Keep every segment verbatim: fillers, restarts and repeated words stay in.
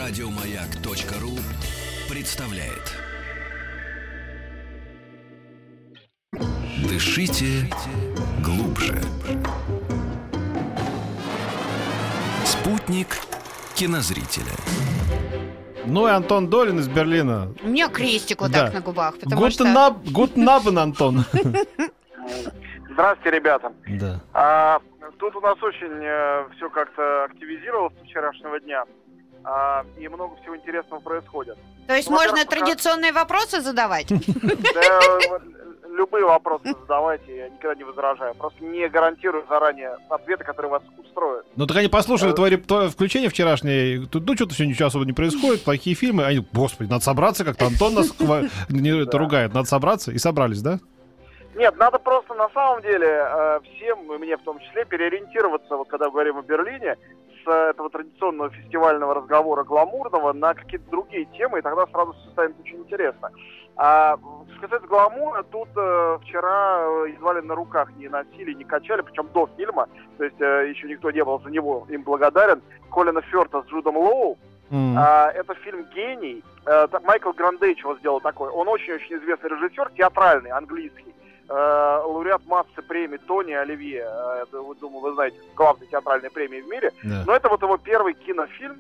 Радиомаяк.ру представляет. Дышите глубже. Спутник кинозрителя. Ну и Антон Долин из Берлина. У меня крестик вот Да. так на губах, потому Guten что... Ab- Guten Abend, Антон. Здравствуйте, ребята. Да. А, тут у нас очень э, все как-то активизировалось с вчерашнего дня, а, и много всего интересного происходит. То есть Ну, можно во-первых, пока- традиционные вопросы задавать? Да, вот, любые вопросы задавайте, я никогда не возражаю. Просто не гарантирую заранее ответы, которые вас устроят. Ну так они послушали Э. твое, твое включение вчерашнее. Тут, ну, что-то все ничего особо не происходит, плохие фильмы. Они, господи, надо собраться как-то. Антон нас хва- не- это Да. ругает. Надо собраться. И собрались, да? Нет, надо просто на самом деле э, всем, и мне в том числе, переориентироваться, вот когда говорим о Берлине, с э, этого традиционного фестивального разговора гламурного на какие-то другие темы, и тогда сразу все станет очень интересно. А что касается гламура, тут э, вчера э, едва ли на руках не носили, не качали, причем до фильма, то есть э, еще никто не был за него им благодарен, Колина Фёрта с Джудом Лоу. М. А, это фильм «Гений». А, так, Майкл Грандейч его сделал такой. Он очень-очень известный режиссер, театральный, английский. А, лауреат массы премий Тони, Оливье. А, это, вы, думаю, вы знаете, главные театральные премии в мире. Да. Но это вот его первый кинофильм.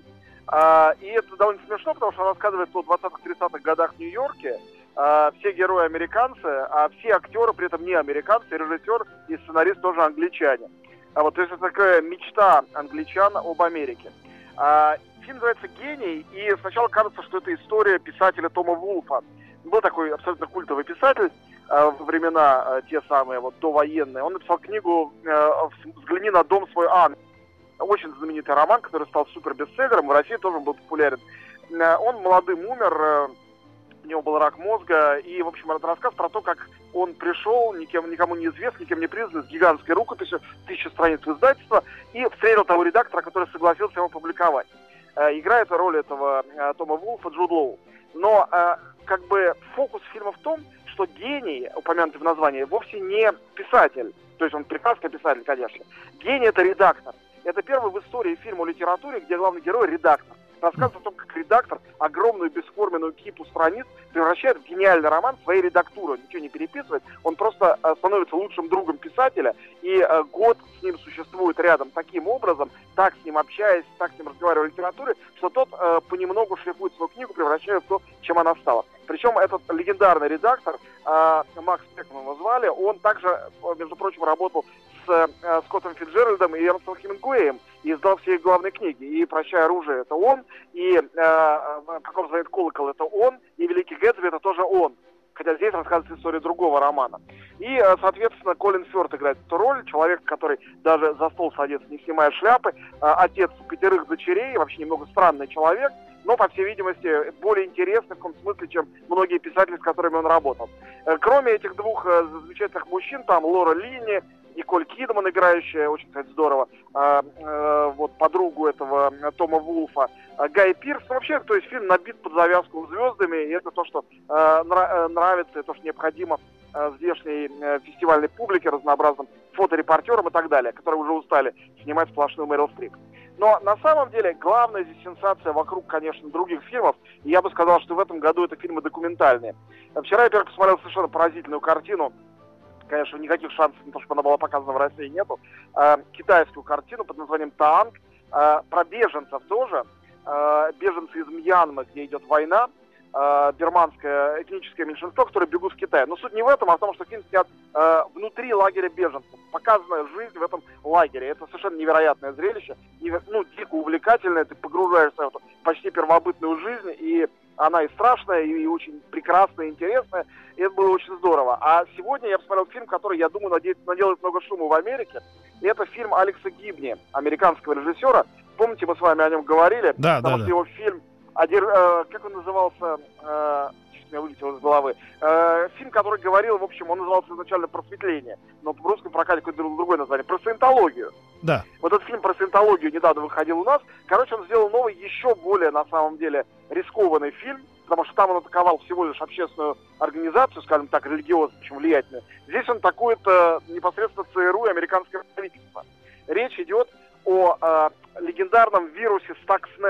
А, и это довольно смешно, потому что он рассказывает о двадцатых-тридцатых годах в Нью-Йорке. А, все герои американцы, а все актеры при этом не американцы. И режиссер и сценарист тоже англичане. А, вот, то есть это такая мечта англичан об Америке. А, Фильм называется «Гений», и сначала кажется, что это история писателя Тома Вулфа. Был такой абсолютно культовый писатель э, во времена э, те самые, вот, довоенные. Он написал книгу э, «Взгляни на дом свой, Ан». Очень знаменитый роман, который стал супер-бестселлером, в России тоже был популярен. Э, он молодым умер, э, у него был рак мозга, и, в общем, это рассказ про то, как он пришел, никем, никому не известный, никем не признанный, с гигантской рукописью, тысяча страниц издательства, и встретил того редактора, который согласился его публиковать. Играет роль этого э, Тома Вулфа Джуд Лоу. Но э, как бы фокус фильма в том, что гений, упомянутый в названии, вовсе не писатель. То есть он прекрасный писатель, конечно. Гений — это редактор. Это первый в истории фильм о литературе, где главный герой — редактор. Рассказывает о том, как редактор огромную бесформенную кипу страниц превращает в гениальный роман своей редактуры. Он ничего не переписывает, он просто э, становится лучшим другом писателя, и э, год с ним существует рядом таким образом, так с ним общаясь, так с ним разговаривая о литературе, что тот э, понемногу шлифует свою книгу, превращая в то, чем она стала. Причем этот легендарный редактор, э, Макс Пекман его звали, он также, между прочим, работал с э, Скоттом Фицджеральдом и Эрнстом Хемингуэем, и издал все их главные книги. И «Прощай, оружие» — это он, и э, «Как он звонит колокол» — это он, и «Великий Гэтсби» — это тоже он. Хотя здесь рассказывается история другого романа. И, соответственно, Колин Фёрт играет эту роль, человек, который даже за стол садится, не снимая шляпы, отец пятерых дочерей, вообще немного странный человек, но, по всей видимости, более интересный в том смысле, чем многие писатели, с которыми он работал. Кроме этих двух замечательных мужчин, там Лора Линни, Николь Кидман, играющая, очень, кстати, здорово, а, а, вот подругу этого Тома Вулфа, а, Гай Пирс. Ну, вообще, то есть фильм набит под завязку звездами, и это то, что а, нра- нравится, и то, что необходимо а, здешней а, фестивальной публике, разнообразным фоторепортерам и так далее, которые уже устали снимать сплошную Мэрил Стрип. Но на самом деле главная здесь сенсация вокруг, конечно, других фильмов, и я бы сказал, что в этом году это фильмы документальные. Вчера я первый посмотрел совершенно поразительную картину. Конечно, никаких шансов на то, чтобы она была показана в России, нету. Э, китайскую картину под названием «Таанг», э, про беженцев тоже. Э, беженцы из Мьянмы, где идет война, э, бирманское этническое меньшинство, которые бегут в Китай. Но суть не в этом, а в том, что фильм снят э, внутри лагеря беженцев. Показана жизнь в этом лагере. Это совершенно невероятное зрелище. Невер... Ну, дико увлекательное. Ты погружаешься в эту почти первобытную жизнь, и она и страшная, и очень прекрасная, и интересная. И это было очень здорово. А сегодня я посмотрел фильм, который, я думаю, надеется, наделает много шума в Америке. И это фильм Алекса Гибни, американского режиссера. Помните, мы с вами о нем говорили? Да, потому да, что да. его фильм, один, э, как он назывался, э, чуть меня вылетело из головы, э, фильм, который говорил, в общем, он назывался изначально «Просветление», но в русском прокате какое-то другое название, про саентологию. Да. Вот этот фильм про саентологию недавно выходил у нас. Короче, он сделал новый, еще более, на самом деле, рискованный фильм, потому что там он атаковал всего лишь общественную организацию, скажем так, религиозную, причем влиятельную. Здесь он атакует э, непосредственно ЦРУ и американское правительство. Речь идет о э, легендарном вирусе Stuxnet,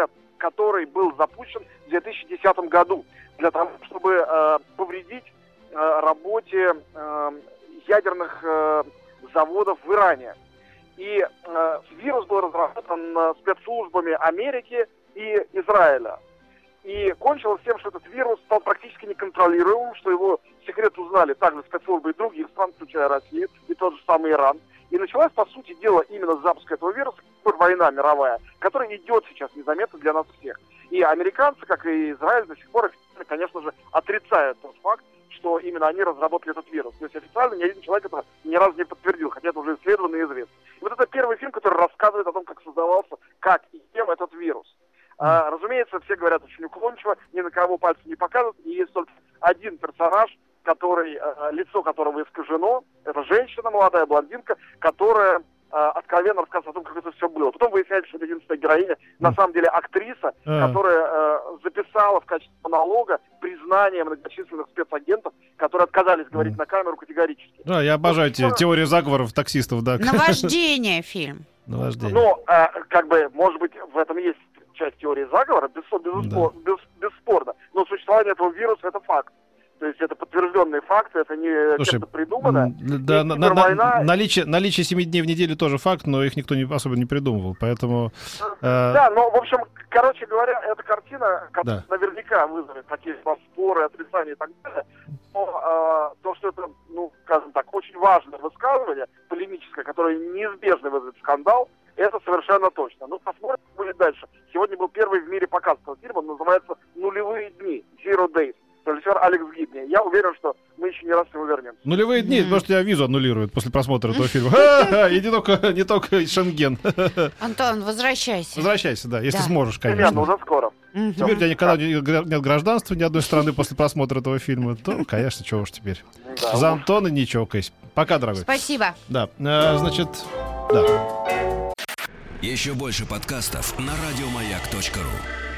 который был запущен в две тысячи десятом году для того, чтобы э, повредить э, работе э, ядерных э, заводов в Иране. И э, вирус был разработан э, спецслужбами Америки и Израиля. И кончилось тем, что этот вирус стал практически неконтролируемым, что его секрет узнали также спецслужбы и других стран, включая Россию, и тот же самый Иран. И началась, по сути дела, именно запуск этого вируса, война мировая, которая идет сейчас незаметно для нас всех. И американцы, как и Израиль, до сих пор, конечно же, отрицают тот факт, что именно они разработали этот вирус. То есть официально ни один человек это ни разу не подтвердил, хотя это уже исследовано и известно. И вот это первый фильм, который рассказывает о том, как создавался, как и кем этот вирус. А, разумеется, все говорят очень уклончиво, ни на кого пальцем не показывают, и есть только один персонаж, который, э, лицо которого искажено, это женщина, молодая блондинка, которая э, откровенно рассказывает о том, как это все было. Потом выясняется, что это единственная героиня, на самом деле актриса, А. которая э, записала в качестве монолога признание многочисленных спецагентов, которые отказались говорить на камеру категорически. Да, я обожаю те, теорию заговоров таксистов, да. Наваждение фильм. Наваждение. Но, э, как бы, может быть, в этом есть часть теории заговора, беспо- безуспор- без- бесспорно. Но существование этого вируса — это факт. То есть это подтвержденные факты, это не Слушай, кем-то придумано. м, Да, И на- на- кибервойна- наличие, наличие семи дней в неделю тоже факт, но их никто не, особо не придумывал, поэтому... э, Да, но, в общем, короче говоря, эта картина, которая Да. наверняка вызовет какие-то споры, отрицания и так далее, но э, то, что это, ну, скажем так, очень важное высказывание, полемическое, которое неизбежно вызовет скандал, это совершенно точно. Ну, посмотрим, что будет дальше. Сегодня был первый в мире показ этого фильма, он называется «Нулевые дни», «Zero Days». Режиссер Алекс Гибни. Я уверен, что мы еще не раз к нему вернемся. Нулевые дни, потому что тебя визу аннулируют после просмотра этого фильма. Ха-ха, И не только, не только Шенген. Антон, возвращайся. Возвращайся, да, если Да. сможешь, Примерно, конечно. уже скоро. Мгм. Теперь у тебя никогда не- нет гражданства ни одной страны после просмотра этого фильма. То, конечно, чего уж теперь. Да, За уж. Антона не чокайся. Пока, дорогой. Спасибо. Да, э, значит, да. Еще больше подкастов на радиомаяк точка ру.